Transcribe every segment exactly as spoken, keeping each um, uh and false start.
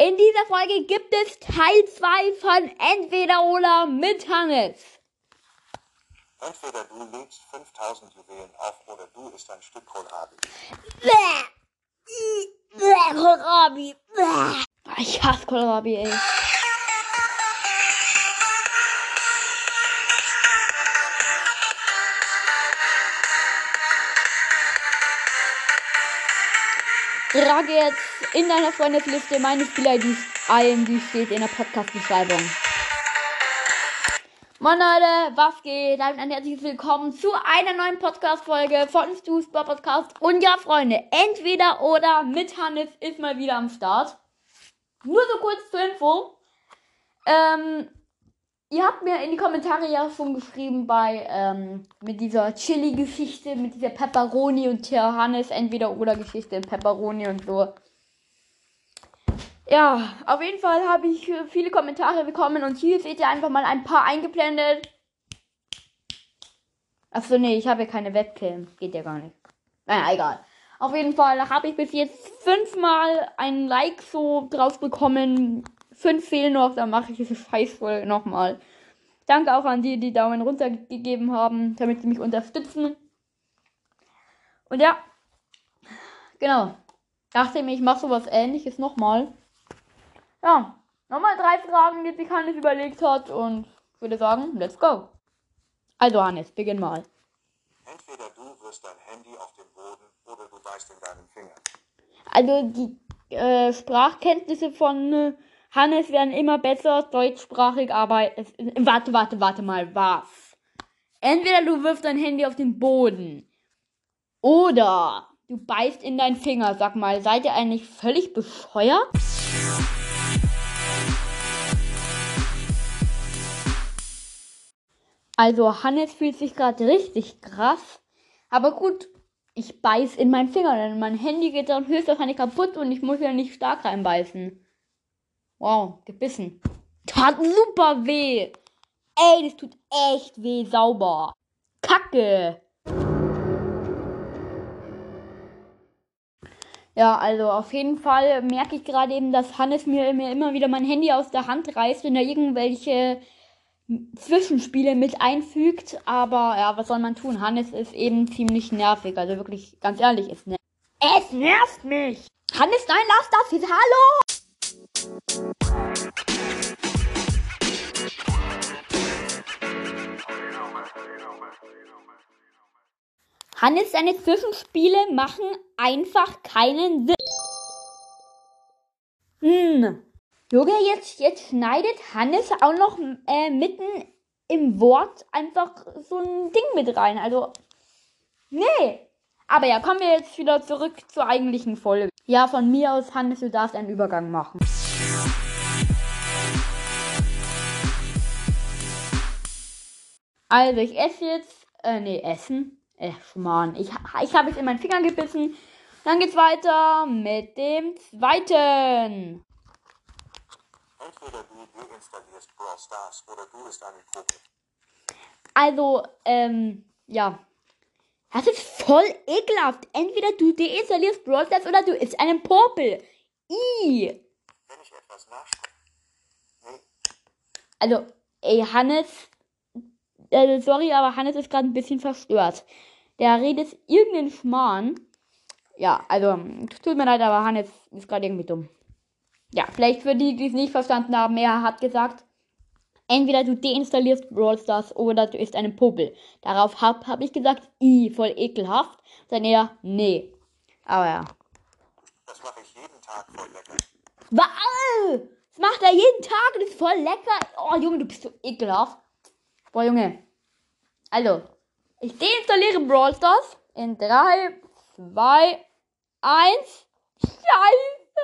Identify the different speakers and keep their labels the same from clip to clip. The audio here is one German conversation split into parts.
Speaker 1: In dieser Folge gibt es Teil zwei von Entweder oder mit Hannes.
Speaker 2: Entweder du legst fünftausend Juwelen auf oder du isst ein Stück Kohlrabi.
Speaker 1: Bäh. Bäh, Kohlrabi. Bäh. Ich hasse Kohlrabi, ey. Trage jetzt in deiner Freundesliste meine Spieler I Ds ein, die steht in der Podcast-Beschreibung. Moin Leute, was geht? Damit ein herzliches Willkommen zu einer neuen Podcast-Folge von Stu's Sport Podcast. Und ja, Freunde, Entweder oder mit Hannes ist mal wieder am Start. Nur so kurz zur Info. Ähm, ihr habt mir in die Kommentare ja schon geschrieben bei, ähm, mit dieser Chili-Geschichte, mit dieser Pepperoni und Tja Hannes Entweder oder Geschichte in Pepperoni und so. Ja, auf jeden Fall habe ich viele Kommentare bekommen und hier seht ihr einfach mal ein paar eingeblendet. Achso, nee, ich habe ja keine Webcam. Geht ja gar nicht. Naja, egal. Auf jeden Fall habe ich bis jetzt fünfmal ein Like so drauf bekommen. Fünf fehlen noch, dann mache ich diese Scheißfolge nochmal. Danke auch an die, die Daumen runter gegeben haben, damit sie mich unterstützen. Und ja, genau. Dachte mir, ich mache sowas Ähnliches nochmal. Ja, nochmal drei Fragen, die sich Hannes überlegt hat und ich würde sagen, let's go. Also Hannes, beginn mal.
Speaker 2: Entweder du wirst dein Handy auf den Boden oder du beißt in deinen Finger.
Speaker 1: Also die äh, Sprachkenntnisse von äh, Hannes werden immer besser, deutschsprachig, aber es, äh, warte, warte, warte mal, was? Entweder du wirfst dein Handy auf den Boden oder du beißt in deinen Finger. Sag mal, seid ihr eigentlich völlig bescheuert? Also Hannes fühlt sich gerade richtig krass. Aber gut, ich beiß in meinen Finger, denn mein Handy geht dann höchstwahrscheinlich kaputt und ich muss ja nicht stark reinbeißen. Wow, gebissen. Tat super weh. Ey, das tut echt weh, sauber. Kacke. Ja, also auf jeden Fall merke ich gerade eben, dass Hannes mir, mir immer wieder mein Handy aus der Hand reißt und da irgendwelche Zwischenspiele mit einfügt, aber ja, was soll man tun? Hannes ist eben ziemlich nervig, also wirklich, ganz ehrlich, es nervt. Es nervt mich! Hannes, nein, lass das jetzt, hallo! Hannes, seine Zwischenspiele machen einfach keinen Sinn. Hm. Junge, jetzt, jetzt schneidet Hannes auch noch äh, mitten im Wort einfach so ein Ding mit rein. Also, nee. Aber ja, kommen wir jetzt wieder zurück zur eigentlichen Folge. Ja, von mir aus, Hannes, du darfst einen Übergang machen. Also, ich esse jetzt, äh, nee, essen. Äh, Schmarrn. Ich, ich habe jetzt in meinen Finger gebissen. Dann geht's weiter mit dem zweiten.
Speaker 2: Entweder du deinstallierst Brawl Stars oder du isst einen Popel.
Speaker 1: Also, ähm, ja. Das ist voll ekelhaft. Entweder du deinstallierst Brawl Stars oder du isst einen Popel. Ih.
Speaker 2: Wenn ich etwas nachschmecke. Nee.
Speaker 1: Also, ey, Hannes, äh, sorry, aber Hannes ist gerade ein bisschen verstört. Der redet irgendeinen Schmarrn. Ja, also, tut mir leid, aber Hannes ist gerade irgendwie dumm. Ja, vielleicht für die, die es nicht verstanden haben, er hat gesagt, entweder du deinstallierst Brawl Stars oder du isst einen Popel. Darauf habe hab ich gesagt, i, voll ekelhaft. Dann eher, nee. Aber ja.
Speaker 2: Das mache ich jeden Tag voll lecker.
Speaker 1: Was? Das macht er jeden Tag und ist voll lecker. Oh, Junge, du bist so ekelhaft. Boah, Junge. Also, ich deinstalliere Brawl Stars in drei, zwei, eins. Scheiße.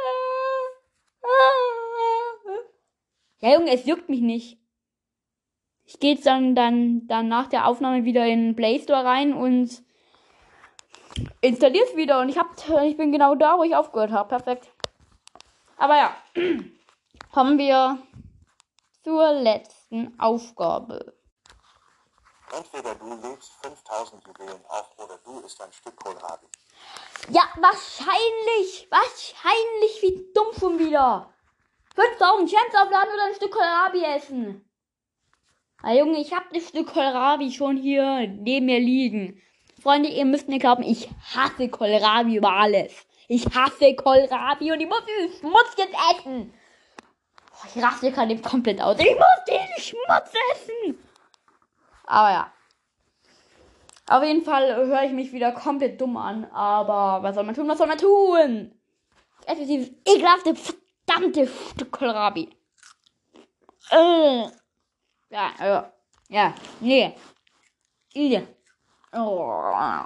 Speaker 1: Ja, Junge, es juckt mich nicht. Ich gehe jetzt dann, dann, dann nach der Aufnahme wieder in den Play Store rein und installiere es wieder. Und ich, hab, ich bin genau da, wo ich aufgehört habe. Perfekt. Aber ja, kommen wir zur letzten Aufgabe.
Speaker 2: Entweder du legst fünftausend Juwelen auf oder du isst ein Stück Kohlrabi.
Speaker 1: Ja, wahrscheinlich. Wahrscheinlich. Wie dumm schon wieder. fünftausend Gems aufladen oder ein Stück Kohlrabi essen. Ah, Junge, ich hab ein Stück Kohlrabi schon hier neben mir liegen. Freunde, ihr müsst mir glauben, ich hasse Kohlrabi über alles. Ich hasse Kohlrabi und ich muss, ich muss jetzt essen. Oh, ich raste gerade komplett aus. Ich muss den Schmutz essen. Aber ja. Auf jeden Fall höre ich mich wieder komplett dumm an. Aber was soll man tun? Was soll man tun? Ich esse dieses ekelhafte, verdammte Stück Kohlrabi. Äh. Ja, ja. Ja, nee. Ide. Oh.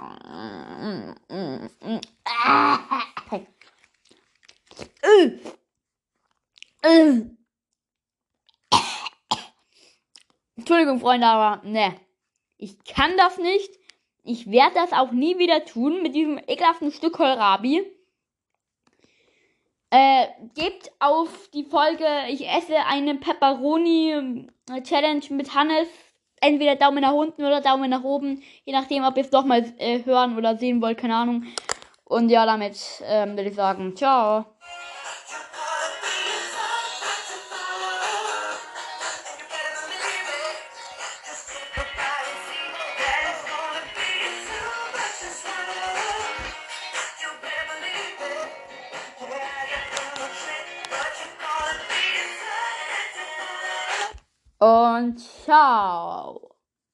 Speaker 1: Äh. Äh. Entschuldigung, Freunde, aber ne. Ich kann das nicht. Ich werde das auch nie wieder tun mit diesem ekelhaften Stück Kohlrabi. Äh, gebt auf die Folge, ich esse eine Pepperoni Challenge mit Hannes. Entweder Daumen nach unten oder Daumen nach oben. Je nachdem, ob ihr es doch mal äh, hören oder sehen wollt, keine Ahnung. Und ja, damit ähm, würde ich sagen, ciao. Und ciao.